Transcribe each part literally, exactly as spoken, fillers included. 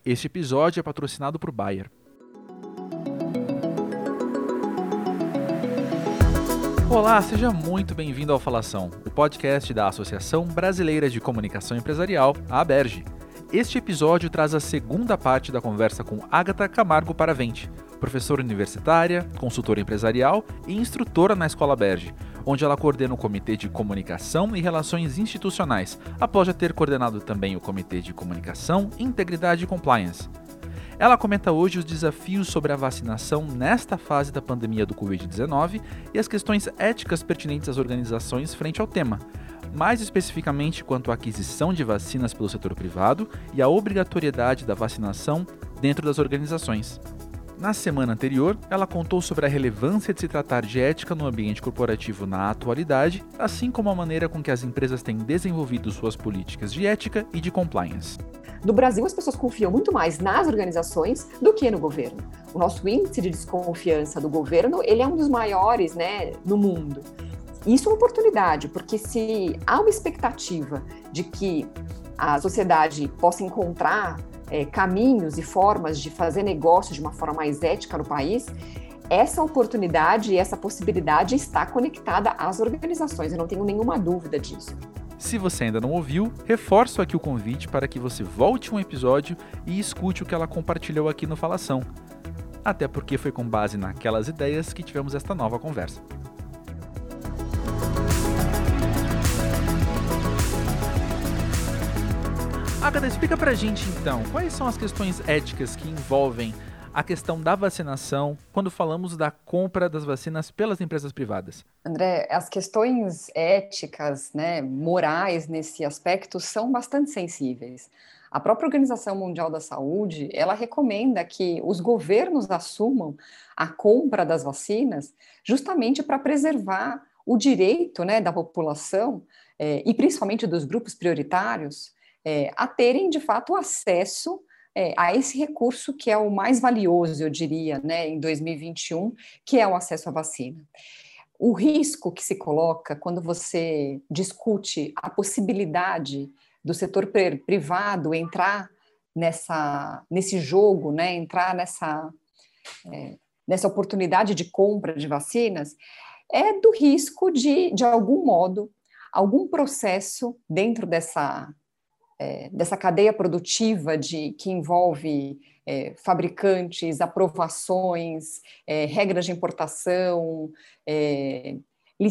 Este episódio é patrocinado por Bayer. Olá, seja muito bem-vindo ao Falação, o podcast da Associação Brasileira de Comunicação Empresarial, a ABERGE. Este episódio traz a segunda parte da conversa com Ágata Camargo Paravente, professora universitária, consultora empresarial e instrutora na Escola ABERGE, onde ela coordena o Comitê de Comunicação e Relações Institucionais, após já ter coordenado também o Comitê de Comunicação, Integridade e Compliance. Ela comenta hoje os desafios sobre a vacinação nesta fase da pandemia do covid dezenove e as questões éticas pertinentes às organizações frente ao tema, mais especificamente quanto à aquisição de vacinas pelo setor privado e a obrigatoriedade da vacinação dentro das organizações. Na semana anterior, ela contou sobre a relevância de se tratar de ética no ambiente corporativo na atualidade, assim como a maneira com que as empresas têm desenvolvido suas políticas de ética e de compliance. No Brasil, as pessoas confiam muito mais nas organizações do que no governo. O nosso índice de desconfiança do governo, ele é um dos maiores, né, no mundo. Isso é uma oportunidade, porque se há uma expectativa de que a sociedade possa encontrar é, caminhos e formas de fazer negócio de uma forma mais ética no país, essa oportunidade e essa possibilidade está conectada às organizações, eu não tenho nenhuma dúvida disso. Se você ainda não ouviu, reforço aqui o convite para que você volte um episódio e escute o que ela compartilhou aqui no Falação. Até porque foi com base naquelas ideias que tivemos esta nova conversa. Ágata, explica pra gente então, quais são as questões éticas que envolvem a questão da vacinação quando falamos da compra das vacinas pelas empresas privadas? André, as questões éticas, né, morais nesse aspecto são bastante sensíveis. A própria Organização Mundial da Saúde, ela recomenda que os governos assumam a compra das vacinas justamente para preservar o direito, né, da população eh, e principalmente dos grupos prioritários eh, a terem, de fato, acesso É, a esse recurso que é o mais valioso, eu diria, né, em dois mil e vinte e um, que é o acesso à vacina. O risco que se coloca quando você discute a possibilidade do setor privado entrar nessa, nesse jogo, né, entrar nessa, é, nessa oportunidade de compra de vacinas, é do risco de, de algum modo, algum processo dentro dessa É, dessa cadeia produtiva de, que envolve é, fabricantes, aprovações, é, regras de importação, é,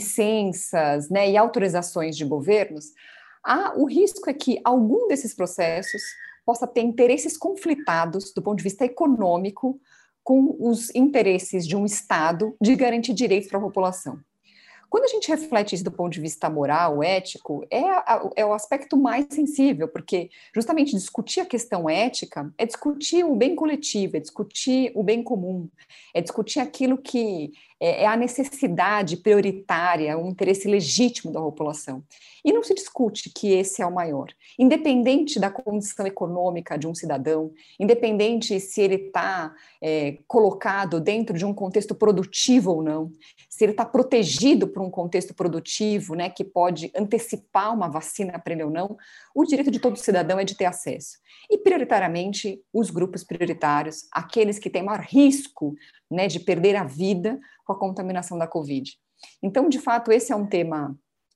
licenças, né, e autorizações de governos, há, o risco é que algum desses processos possa ter interesses conflitados do ponto de vista econômico com os interesses de um Estado de garantir direitos para a população. Quando a gente reflete isso do ponto de vista moral, ético, é, a, é o aspecto mais sensível, porque justamente discutir a questão ética é discutir o bem coletivo, é discutir o bem comum, é discutir aquilo que é, é a necessidade prioritária, um interesse legítimo da população. E não se discute que esse é o maior. Independente da condição econômica de um cidadão, independente se ele está é, colocado dentro de um contexto produtivo ou não, se ele está protegido por um contexto produtivo, né, que pode antecipar uma vacina para ele ou não, o direito de todo cidadão é de ter acesso. E, prioritariamente, os grupos prioritários, aqueles que têm maior risco, né, de perder a vida com a contaminação da Covid. Então, de fato, esse é um tema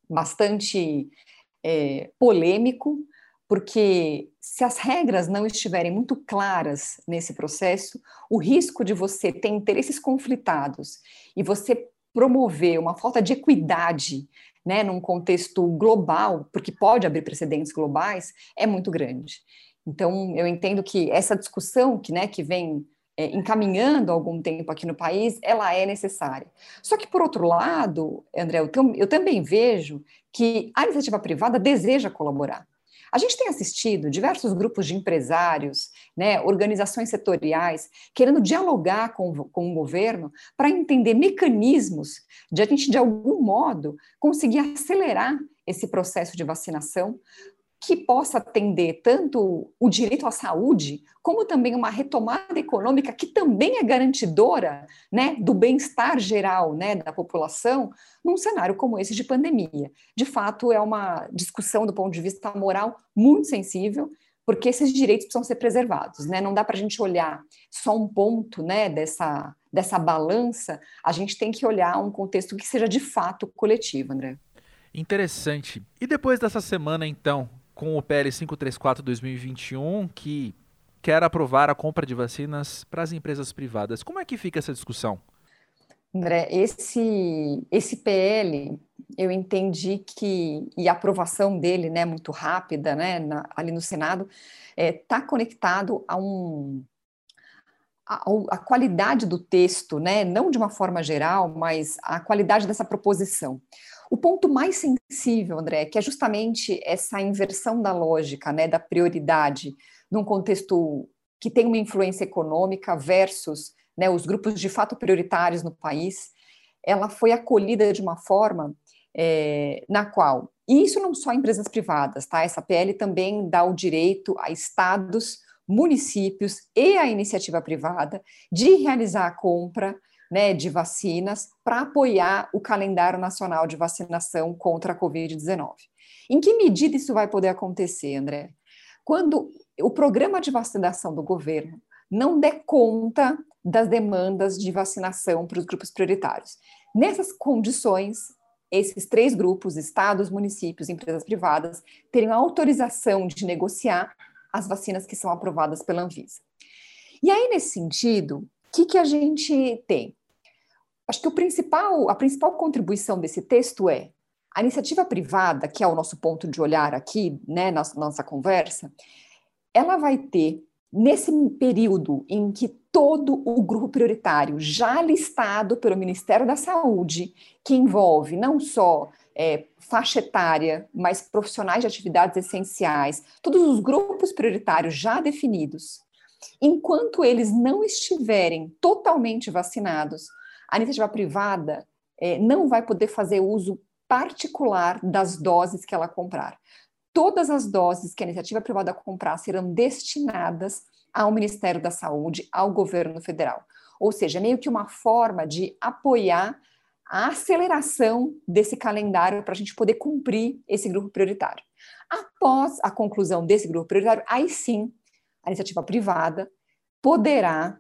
bastante é, polêmico, porque se as regras não estiverem muito claras nesse processo, o risco de você ter interesses conflitados e você promover uma falta de equidade, né, num contexto global, porque pode abrir precedentes globais, é muito grande. Então, eu entendo que essa discussão que, né, que vem é, encaminhando há algum tempo aqui no país, ela é necessária. Só que, por outro lado, André, eu, tam, eu também vejo que a iniciativa privada deseja colaborar. A gente tem assistido diversos grupos de empresários, né, organizações setoriais, querendo dialogar com, com o governo para entender mecanismos de a gente, de algum modo, conseguir acelerar esse processo de vacinação, que possa atender tanto o direito à saúde, como também uma retomada econômica que também é garantidora, né, do bem-estar geral, né, da população, num cenário como esse de pandemia. De fato, é uma discussão do ponto de vista moral muito sensível, porque esses direitos precisam ser preservados, né? Não dá para a gente olhar só um ponto, né, dessa, dessa balança, a gente tem que olhar um contexto que seja de fato coletivo, André. Interessante. E depois dessa semana, então, com o P L quinhentos e trinta e quatro de dois mil e vinte e um, que quer aprovar a compra de vacinas para as empresas privadas, como é que fica essa discussão? André, esse, esse P L, eu entendi que, e a aprovação dele, né, muito rápida, né, na, ali no Senado, está é, conectado a um... A, a qualidade do texto, né, não de uma forma geral, mas a qualidade dessa proposição. O ponto mais sensível, André, que é justamente essa inversão da lógica, né, da prioridade, num contexto que tem uma influência econômica versus, né, os grupos de fato prioritários no país, ela foi acolhida de uma forma é, na qual, e isso não só empresas privadas, tá? Essa P L também dá o direito a estados, municípios e a iniciativa privada de realizar a compra, né, de vacinas para apoiar o calendário nacional de vacinação contra a covid dezenove. Em que medida isso vai poder acontecer, André? Quando o programa de vacinação do governo não der conta das demandas de vacinação para os grupos prioritários. Nessas condições, esses três grupos, estados, municípios e empresas privadas, teriam autorização de negociar as vacinas que são aprovadas pela Anvisa. E aí, nesse sentido, o que, que a gente tem? Acho que o principal, a principal contribuição desse texto é a iniciativa privada, que é o nosso ponto de olhar aqui, né, na nossa conversa, ela vai ter, nesse período em que todo o grupo prioritário já listado pelo Ministério da Saúde, que envolve não só é, faixa etária, mas profissionais de atividades essenciais, todos os grupos prioritários já definidos, enquanto eles não estiverem totalmente vacinados, a iniciativa privada é, não vai poder fazer uso particular das doses que ela comprar. Todas as doses que a iniciativa privada comprar serão destinadas ao Ministério da Saúde, ao governo federal. Ou seja, meio que uma forma de apoiar a aceleração desse calendário para a gente poder cumprir esse grupo prioritário. Após a conclusão desse grupo prioritário, aí sim, a iniciativa privada poderá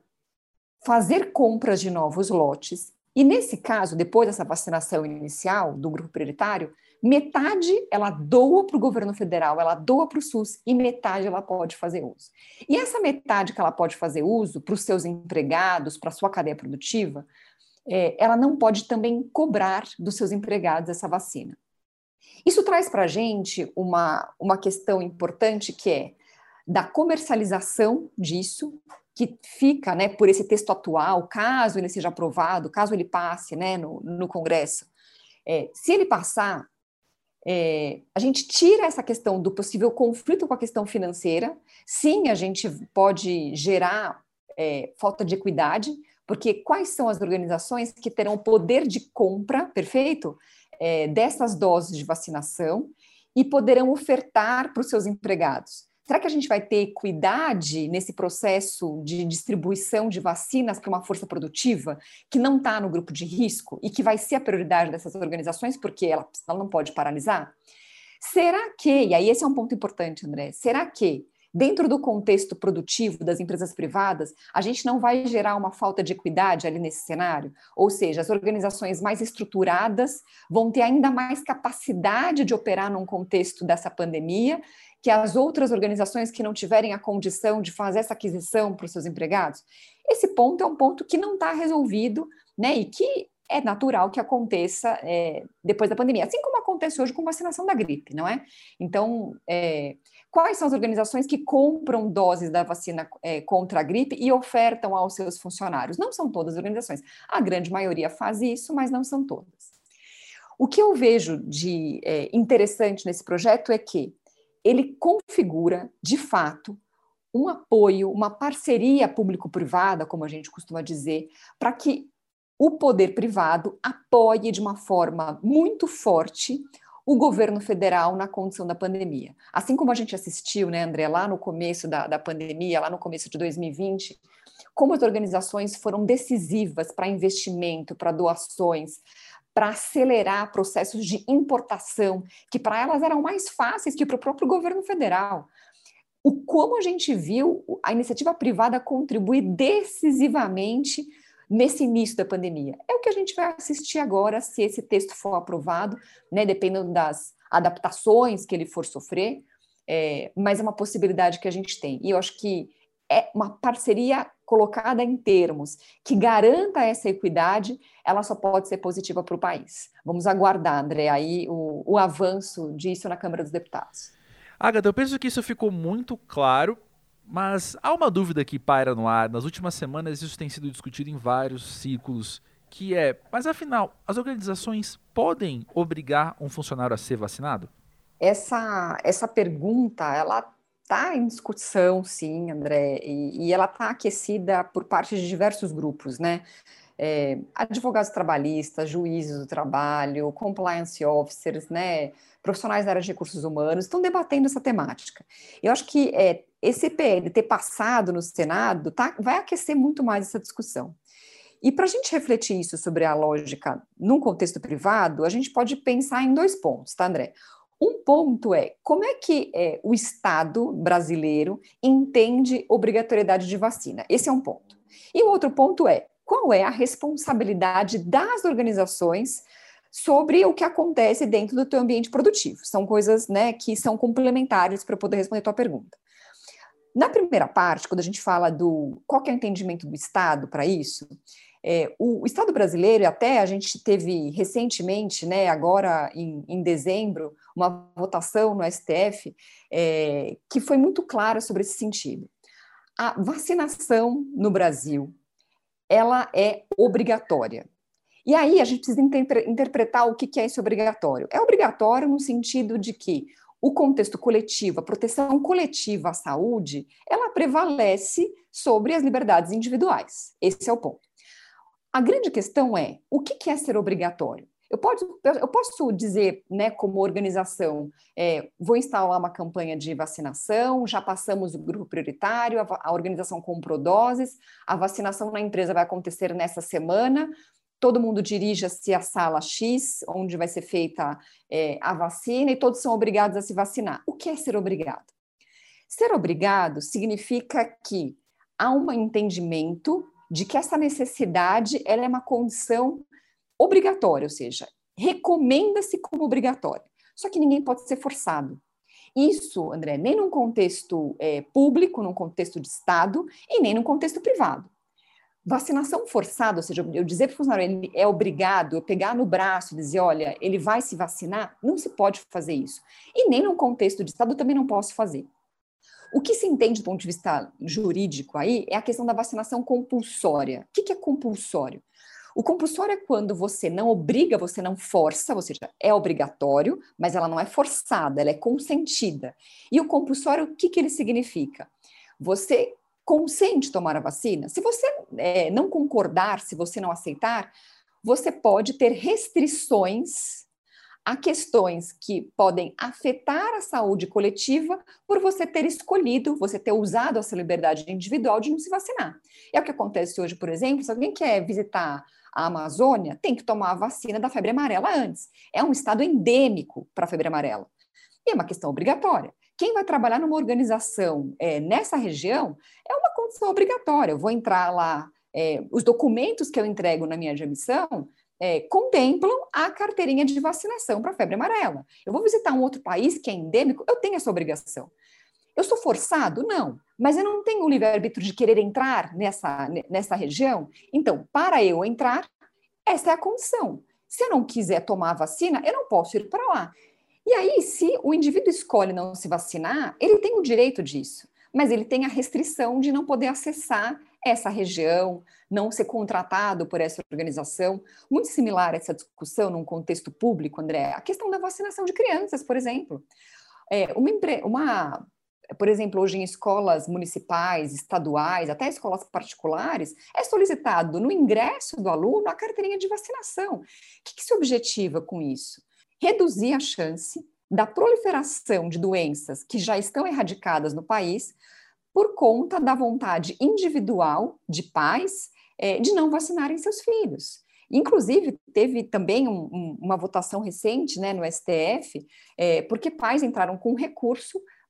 fazer compras de novos lotes. E nesse caso, depois dessa vacinação inicial do grupo prioritário, metade ela doa para o governo federal, ela doa para o SUS e metade ela pode fazer uso. E essa metade que ela pode fazer uso para os seus empregados, para a sua cadeia produtiva, é, ela não pode também cobrar dos seus empregados essa vacina. Isso traz para a gente uma, uma questão importante que é da comercialização disso, que fica, né, por esse texto atual, caso ele seja aprovado, caso ele passe, né, no, no Congresso, é, se ele passar, é, a gente tira essa questão do possível conflito com a questão financeira. Sim, a gente pode gerar é, falta de equidade, porque quais são as organizações que terão o poder de compra, perfeito, é, dessas doses de vacinação e poderão ofertar para os seus empregados? Será que a gente vai ter equidade nesse processo de distribuição de vacinas para uma força produtiva que não está no grupo de risco e que vai ser a prioridade dessas organizações porque ela, ela não pode paralisar? Será que, e aí esse é um ponto importante, André, será que dentro do contexto produtivo das empresas privadas, a gente não vai gerar uma falta de equidade ali nesse cenário? Ou seja, as organizações mais estruturadas vão ter ainda mais capacidade de operar num contexto dessa pandemia que as outras organizações que não tiverem a condição de fazer essa aquisição para os seus empregados? Esse ponto é um ponto que não está resolvido, né, e que é natural que aconteça é, depois da pandemia, assim como acontece hoje com vacinação da gripe, não é? Então, é, quais são as organizações que compram doses da vacina é, contra a gripe e ofertam aos seus funcionários? Não são todas as organizações. A grande maioria faz isso, mas não são todas. O que eu vejo de é, interessante nesse projeto é que ele configura, de fato, um apoio, uma parceria público-privada, como a gente costuma dizer, para que o poder privado apoie de uma forma muito forte o governo federal na condição da pandemia. Assim como a gente assistiu, né, André, lá no começo da, da pandemia, lá no começo de dois mil e vinte, como as organizações foram decisivas para investimento, para doações, para acelerar processos de importação, que para elas eram mais fáceis que para o próprio governo federal. o como a gente viu a iniciativa privada contribuir decisivamente nesse início da pandemia. É o que a gente vai assistir agora, se esse texto for aprovado, né, dependendo das adaptações que ele for sofrer, é, mas é uma possibilidade que a gente tem. E eu acho que é uma parceria colocada em termos que garanta essa equidade, ela só pode ser positiva para o país. Vamos aguardar, André, aí o, o avanço disso na Câmara dos Deputados. Agatha, eu penso que isso ficou muito claro, mas há uma dúvida que paira no ar. Nas últimas semanas isso tem sido discutido em vários círculos, que é, mas afinal, as organizações podem obrigar um funcionário a ser vacinado? Essa, essa pergunta, ela está em discussão, sim, André, e, e ela está aquecida por parte de diversos grupos, né? É, advogados trabalhistas, juízes do trabalho, compliance officers, né, profissionais da área de recursos humanos, estão debatendo essa temática. Eu acho que é, esse P L ter passado no Senado tá, vai aquecer muito mais essa discussão. E para a gente refletir isso sobre a lógica num contexto privado, a gente pode pensar em dois pontos, tá, André? Um ponto é como é que é, o Estado brasileiro entende obrigatoriedade de vacina. Esse é um ponto. E o outro ponto é qual é a responsabilidade das organizações sobre o que acontece dentro do teu ambiente produtivo. São coisas, né, que são complementares para eu poder responder a tua pergunta. Na primeira parte, quando a gente fala do qual que é o entendimento do Estado para isso, é, o, o Estado brasileiro, até a gente teve recentemente, né, agora em, em dezembro, uma votação no S T F é, que foi muito clara sobre esse sentido. A vacinação no Brasil, ela é obrigatória. E aí a gente precisa inter- interpretar o que, que é esse obrigatório. É obrigatório no sentido de que o contexto coletivo, a proteção coletiva à saúde, ela prevalece sobre as liberdades individuais. Esse é o ponto. A grande questão é, o que, que é ser obrigatório? Eu posso, eu posso dizer, né, como organização, é, vou instalar uma campanha de vacinação, já passamos o grupo prioritário, a, a organização comprou doses, a vacinação na empresa vai acontecer nessa semana, todo mundo dirija-se à sala X, onde vai ser feita é, a vacina, e todos são obrigados a se vacinar. O que é ser obrigado? Ser obrigado significa que há um entendimento de que essa necessidade ela é uma condição obrigatória, ou seja, recomenda-se como obrigatória. Só que ninguém pode ser forçado. Isso, André, nem num contexto é, público, num contexto de Estado, e nem num contexto privado. Vacinação forçada, ou seja, eu dizer para o funcionário, ele é obrigado, eu pegar no braço e dizer, olha, ele vai se vacinar, não se pode fazer isso. E nem num contexto de Estado eu também não posso fazer. O que se entende do ponto de vista jurídico aí é a questão da vacinação compulsória. O que é compulsório? O compulsório é quando você não obriga, você não força, ou seja, é obrigatório, mas ela não é forçada, ela é consentida. E o compulsório, o que, que ele significa? Você consente tomar a vacina. Se você é, não concordar, se você não aceitar, você pode ter restrições a questões que podem afetar a saúde coletiva por você ter escolhido, você ter usado essa liberdade individual de não se vacinar. É o que acontece hoje, por exemplo, se alguém quer visitar a Amazônia, tem que tomar a vacina da febre amarela antes. É um estado endêmico para a febre amarela. E é uma questão obrigatória. Quem vai trabalhar numa organização é, nessa região é uma condição obrigatória. Eu vou entrar lá, é, os documentos que eu entrego na minha admissão é, contemplam a carteirinha de vacinação para a febre amarela. Eu vou visitar um outro país que é endêmico, eu tenho essa obrigação. Eu sou forçado? Não. Mas eu não tenho o livre-arbítrio de querer entrar nessa, nessa região? Então, para eu entrar, essa é a condição. Se eu não quiser tomar a vacina, eu não posso ir para lá. E aí, se o indivíduo escolhe não se vacinar, ele tem o direito disso, mas ele tem a restrição de não poder acessar essa região, não ser contratado por essa organização. Muito similar a essa discussão num contexto público, André, a questão da vacinação de crianças, por exemplo. É, uma, uma, por exemplo, hoje em escolas municipais, estaduais, até escolas particulares, é solicitado no ingresso do aluno a carteirinha de vacinação. O que, que se objetiva com isso? Reduzir a chance da proliferação de doenças que já estão erradicadas no país por conta da vontade individual de pais é, de não vacinarem seus filhos. Inclusive, teve também um, um, uma votação recente, né, no S T F, é, porque pais entraram com recurso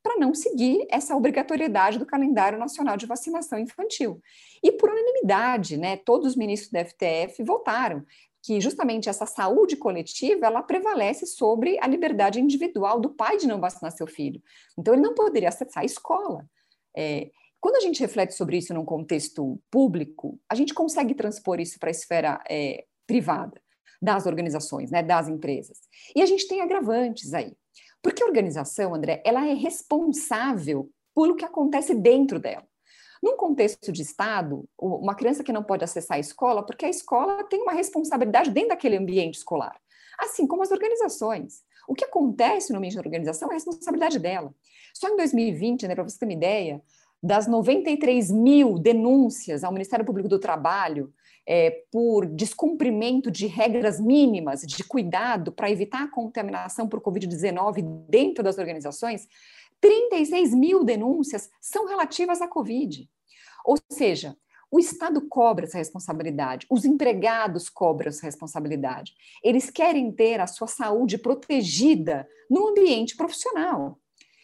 para não seguir essa obrigatoriedade do calendário nacional de vacinação infantil. E por unanimidade, né, todos os ministros da F T F votaram que justamente essa saúde coletiva, ela prevalece sobre a liberdade individual do pai de não vacinar seu filho. Então, ele não poderia acessar a escola. É, quando a gente reflete sobre isso num contexto público, a gente consegue transpor isso para a esfera é, privada, das organizações, né, das empresas. E a gente tem agravantes aí. Porque a organização, André, ela é responsável pelo que acontece dentro dela. Num contexto de Estado, uma criança que não pode acessar a escola, porque a escola tem uma responsabilidade dentro daquele ambiente escolar, assim como as organizações. O que acontece no ambiente da organização é a responsabilidade dela. Só em dois mil e vinte, né, para você ter uma ideia, das noventa e três mil denúncias ao Ministério Público do Trabalho é, por descumprimento de regras mínimas de cuidado para evitar a contaminação por covid dezenove dentro das organizações, trinta e seis mil denúncias são relativas à Covid. Ou seja, o Estado cobra essa responsabilidade, os empregados cobram essa responsabilidade. Eles querem ter a sua saúde protegida no ambiente profissional.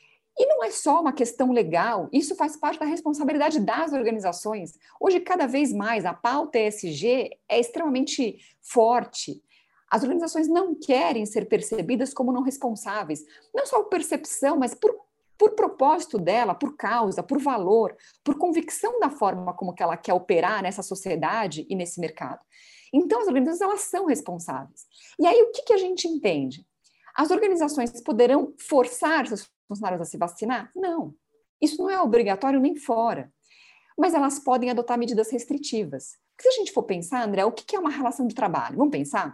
E não é só uma questão legal, isso faz parte da responsabilidade das organizações. Hoje, cada vez mais, a pauta E S G é extremamente forte. As organizações não querem ser percebidas como não responsáveis, não só por percepção, mas por, por propósito dela, por causa, por valor, por convicção da forma como que ela quer operar nessa sociedade e nesse mercado. Então, as organizações, elas são responsáveis. E aí, o que, que a gente entende? As organizações poderão forçar seus funcionários a se vacinar? Não. Isso não é obrigatório nem fora. Mas elas podem adotar medidas restritivas. Porque se a gente for pensar, André, o que é uma relação de trabalho? Vamos pensar?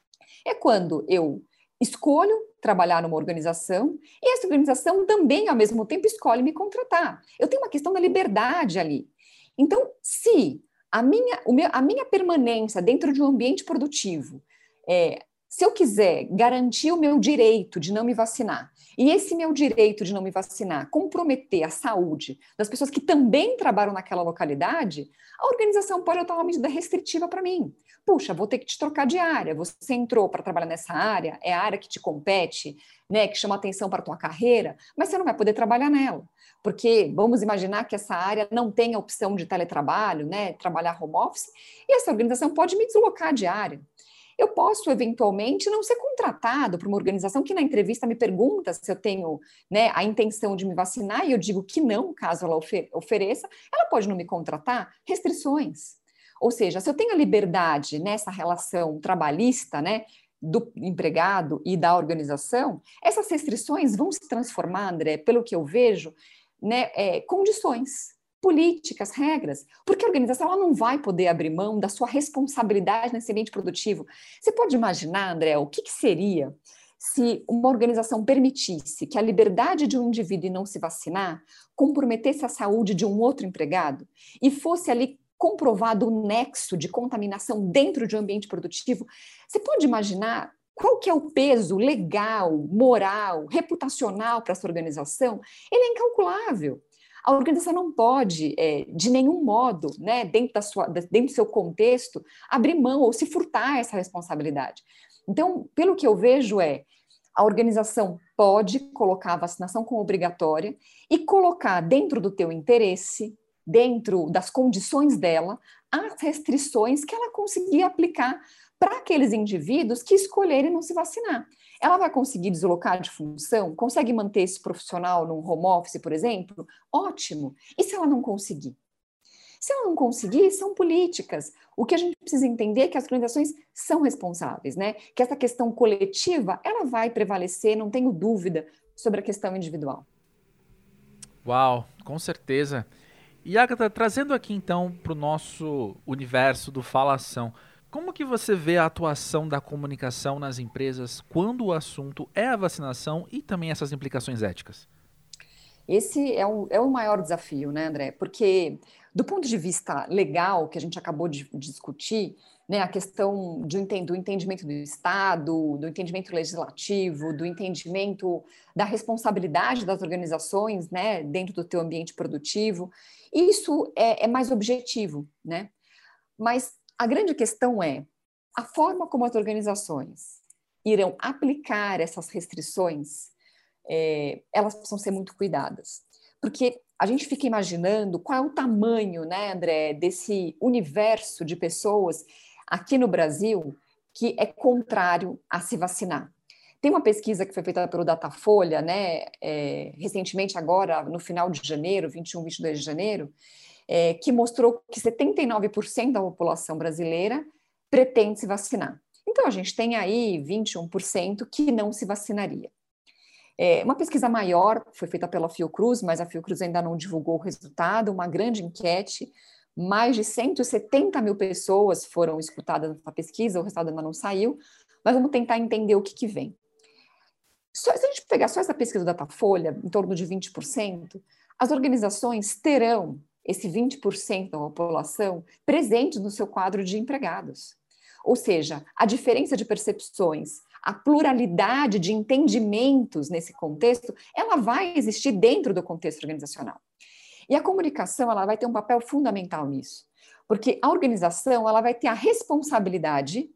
É quando eu escolho trabalhar numa organização e essa organização também, ao mesmo tempo, escolhe me contratar. Eu tenho uma questão da liberdade ali. Então, se a minha, o meu, a minha permanência dentro de um ambiente produtivo, é, se eu quiser garantir o meu direito de não me vacinar, e esse meu direito de não me vacinar comprometer a saúde das pessoas que também trabalham naquela localidade, a organização pode adotar uma medida restritiva para mim. Puxa, vou ter que te trocar de área. Você entrou para trabalhar nessa área, é a área que te compete, né, que chama atenção para a tua carreira, mas você não vai poder trabalhar nela. Porque vamos imaginar que essa área não tem a opção de teletrabalho, né, trabalhar home office, e essa organização pode me deslocar de área. Eu posso, eventualmente, não ser contratado por uma organização que na entrevista me pergunta se eu tenho, né, a intenção de me vacinar e eu digo que não, caso ela ofer- ofereça, ela pode não me contratar. Restrições. Ou seja, se eu tenho a liberdade nessa relação trabalhista, né, do empregado e da organização, essas restrições vão se transformar, André, pelo que eu vejo, né, é, condições. Políticas, regras, porque a organização ela não vai poder abrir mão da sua responsabilidade nesse ambiente produtivo. Você pode imaginar, André, o que, que seria se uma organização permitisse que a liberdade de um indivíduo em não se vacinar comprometesse a saúde de um outro empregado e fosse ali comprovado o nexo de contaminação dentro de um ambiente produtivo? Você pode imaginar qual que é o peso legal, moral, reputacional para essa organização? Ele é incalculável. A organização não pode, é, de nenhum modo, né, dentro, da sua, dentro do seu contexto, abrir mão ou se furtar essa responsabilidade. Então, pelo que eu vejo é, a organização pode colocar a vacinação como obrigatória e colocar dentro do teu interesse, dentro das condições dela, as restrições que ela conseguir aplicar para aqueles indivíduos que escolherem não se vacinar. Ela vai conseguir deslocar de função? Consegue manter esse profissional num home office, por exemplo? Ótimo. E se ela não conseguir? Se ela não conseguir, são políticas. O que a gente precisa entender é que as organizações são responsáveis, né? Que essa questão coletiva, ela vai prevalecer, não tenho dúvida, sobre a questão individual. Uau, com certeza. E Agatha, trazendo aqui então para o nosso universo do Falação, como que você vê a atuação da comunicação nas empresas quando o assunto é a vacinação e também essas implicações éticas? Esse é o, é o maior desafio, né, André? Porque, do ponto de vista legal, que a gente acabou de, de discutir, né, a questão de, do entendimento do Estado, do entendimento legislativo, do entendimento da responsabilidade das organizações, né, dentro do teu ambiente produtivo, isso é, é mais objetivo, né? Mas a grande questão é a forma como as organizações irão aplicar essas restrições. é, elas precisam ser muito cuidadas. Porque a gente fica imaginando qual é o tamanho, né, André, desse universo de pessoas aqui no Brasil que é contrário a se vacinar. Tem uma pesquisa que foi feita pelo Datafolha, né, é, recentemente agora, no final de janeiro, vinte e um, vinte e dois de janeiro, é, que mostrou que setenta e nove por cento da população brasileira pretende se vacinar. Então, a gente tem aí vinte e um por cento que não se vacinaria. É, uma pesquisa maior foi feita pela Fiocruz, mas a Fiocruz ainda não divulgou o resultado, uma grande enquete, mais de cento e setenta mil pessoas foram escutadas nessa pesquisa, o resultado ainda não saiu, mas vamos tentar entender o que, que vem. Só, se a gente pegar só essa pesquisa da Datafolha, em torno de vinte por cento, as organizações terão esse vinte por cento da população presente no seu quadro de empregados. Ou seja, a diferença de percepções, a pluralidade de entendimentos nesse contexto, ela vai existir dentro do contexto organizacional. E a comunicação, ela vai ter um papel fundamental nisso, porque a organização, ela vai ter a responsabilidade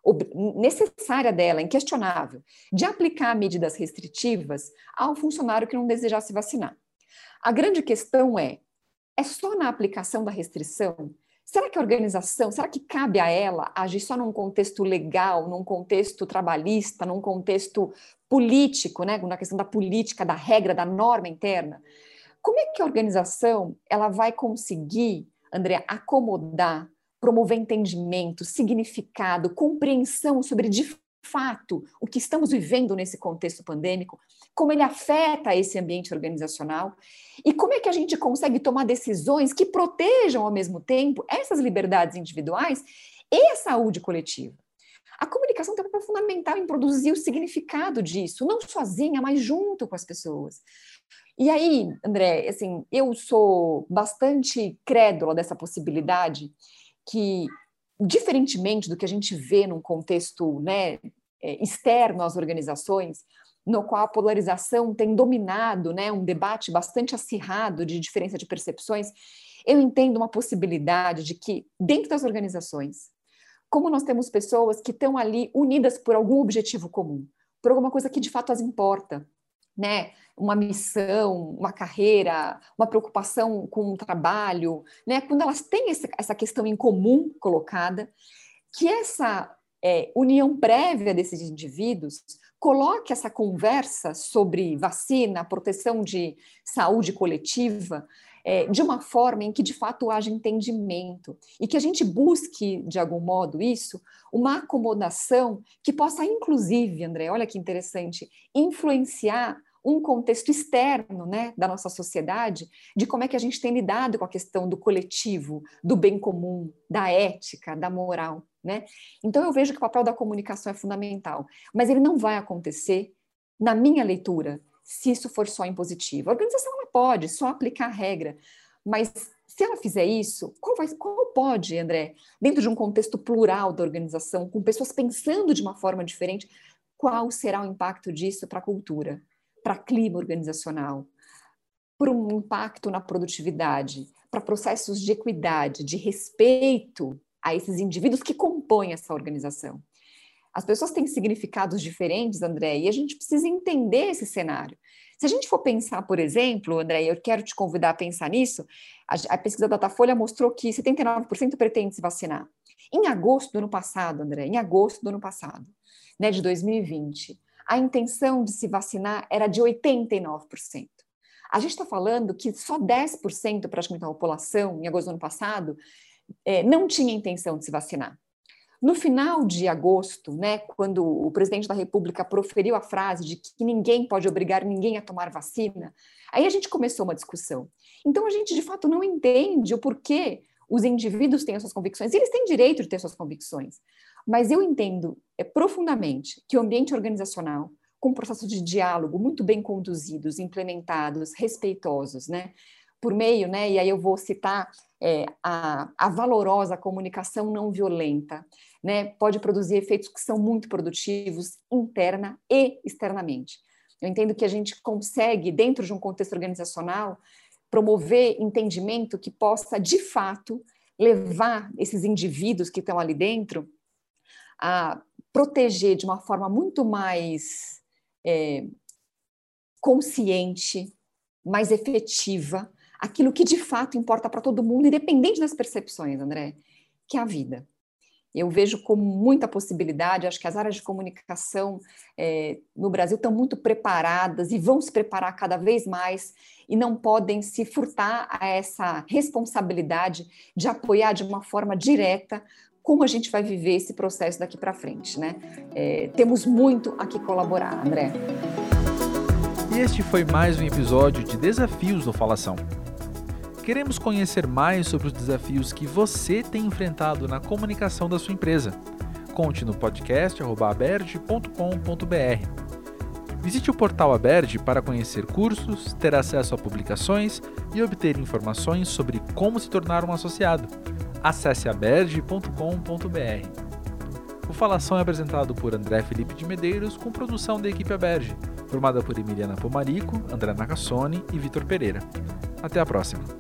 necessária dela, inquestionável, de aplicar medidas restritivas ao funcionário que não desejar se vacinar. A grande questão é, é só na aplicação da restrição? Será que a organização, será que cabe a ela agir só num contexto legal, num contexto trabalhista, num contexto político, né, na questão da política, da regra, da norma interna? Como é que a organização ela vai conseguir, André, acomodar, promover entendimento, significado, compreensão sobre, de fato, o que estamos vivendo nesse contexto pandêmico, como ele afeta esse ambiente organizacional e como é que a gente consegue tomar decisões que protejam, ao mesmo tempo, essas liberdades individuais e a saúde coletiva. A comunicação tem um papel fundamental em produzir o significado disso, não sozinha, mas junto com as pessoas. E aí, André, assim, eu sou bastante crédula dessa possibilidade que, diferentemente do que a gente vê num contexto, né, externo às organizações, no qual a polarização tem dominado, né, um debate bastante acirrado de diferença de percepções, eu entendo uma possibilidade de que, dentro das organizações, como nós temos pessoas que estão ali unidas por algum objetivo comum, por alguma coisa que de fato as importa, né? Uma missão, uma carreira, uma preocupação com o trabalho, né? Quando elas têm essa questão em comum colocada, que essa é, união prévia desses indivíduos coloque essa conversa sobre vacina, proteção de saúde coletiva, é, de uma forma em que de fato haja entendimento e que a gente busque, de algum modo, isso, uma acomodação que possa, inclusive, André, olha que interessante, influenciar um contexto externo, né, da nossa sociedade, de como é que a gente tem lidado com a questão do coletivo, do bem comum, da ética, da moral, né? Então eu vejo que o papel da comunicação é fundamental, mas ele não vai acontecer, na minha leitura, se isso for só impositivo. A organização ela pode só aplicar a regra, mas se ela fizer isso, qual, vai, qual pode, André, dentro de um contexto plural da organização, com pessoas pensando de uma forma diferente, qual será o impacto disso para a cultura, para clima organizacional, para um impacto na produtividade, para processos de equidade, de respeito a esses indivíduos que compõem essa organização. As pessoas têm significados diferentes, André, e a gente precisa entender esse cenário. Se a gente for pensar, por exemplo, André, eu quero te convidar a pensar nisso, a, a pesquisa da Datafolha mostrou que setenta e nove por cento pretende se vacinar. Em agosto do ano passado, André, em agosto do ano passado, né, de dois mil e vinte, a intenção de se vacinar era de oitenta e nove por cento. A gente está falando que só dez por cento praticamente da população, em agosto do ano passado, é, não tinha intenção de se vacinar. No final de agosto, né, quando o presidente da República proferiu a frase de que ninguém pode obrigar ninguém a tomar vacina, aí a gente começou uma discussão. Então a gente de fato não entende o porquê os indivíduos têm as suas convicções, eles têm direito de ter suas convicções, mas eu entendo é, profundamente que o ambiente organizacional, com processos de diálogo muito bem conduzidos, implementados, respeitosos, né, por meio, né, e aí eu vou citar é, a, a valorosa comunicação não violenta, né, pode produzir efeitos que são muito produtivos interna e externamente. Eu entendo que a gente consegue, dentro de um contexto organizacional, promover entendimento que possa, de fato, levar esses indivíduos que estão ali dentro a proteger de uma forma muito mais é, consciente, mais efetiva, aquilo que de fato importa para todo mundo, independente das percepções, André, que é a vida. Eu vejo como muita possibilidade, acho que as áreas de comunicação é, no Brasil estão muito preparadas e vão se preparar cada vez mais e não podem se furtar a essa responsabilidade de apoiar de uma forma direta como a gente vai viver esse processo daqui para frente, né? É, temos muito a que colaborar, André. E este foi mais um episódio de Desafios do Falação. Queremos conhecer mais sobre os desafios que você tem enfrentado na comunicação da sua empresa. Conte no podcast arroba aberge ponto com ponto b r. Visite o portal Aberge para conhecer cursos, ter acesso a publicações e obter informações sobre como se tornar um associado. Acesse aberge ponto com ponto b r. O Falação é apresentado por André Felipe de Medeiros, com produção da equipe Aberge, formada por Emiliana Pomarico, André Nacassone e Vitor Pereira. Até a próxima!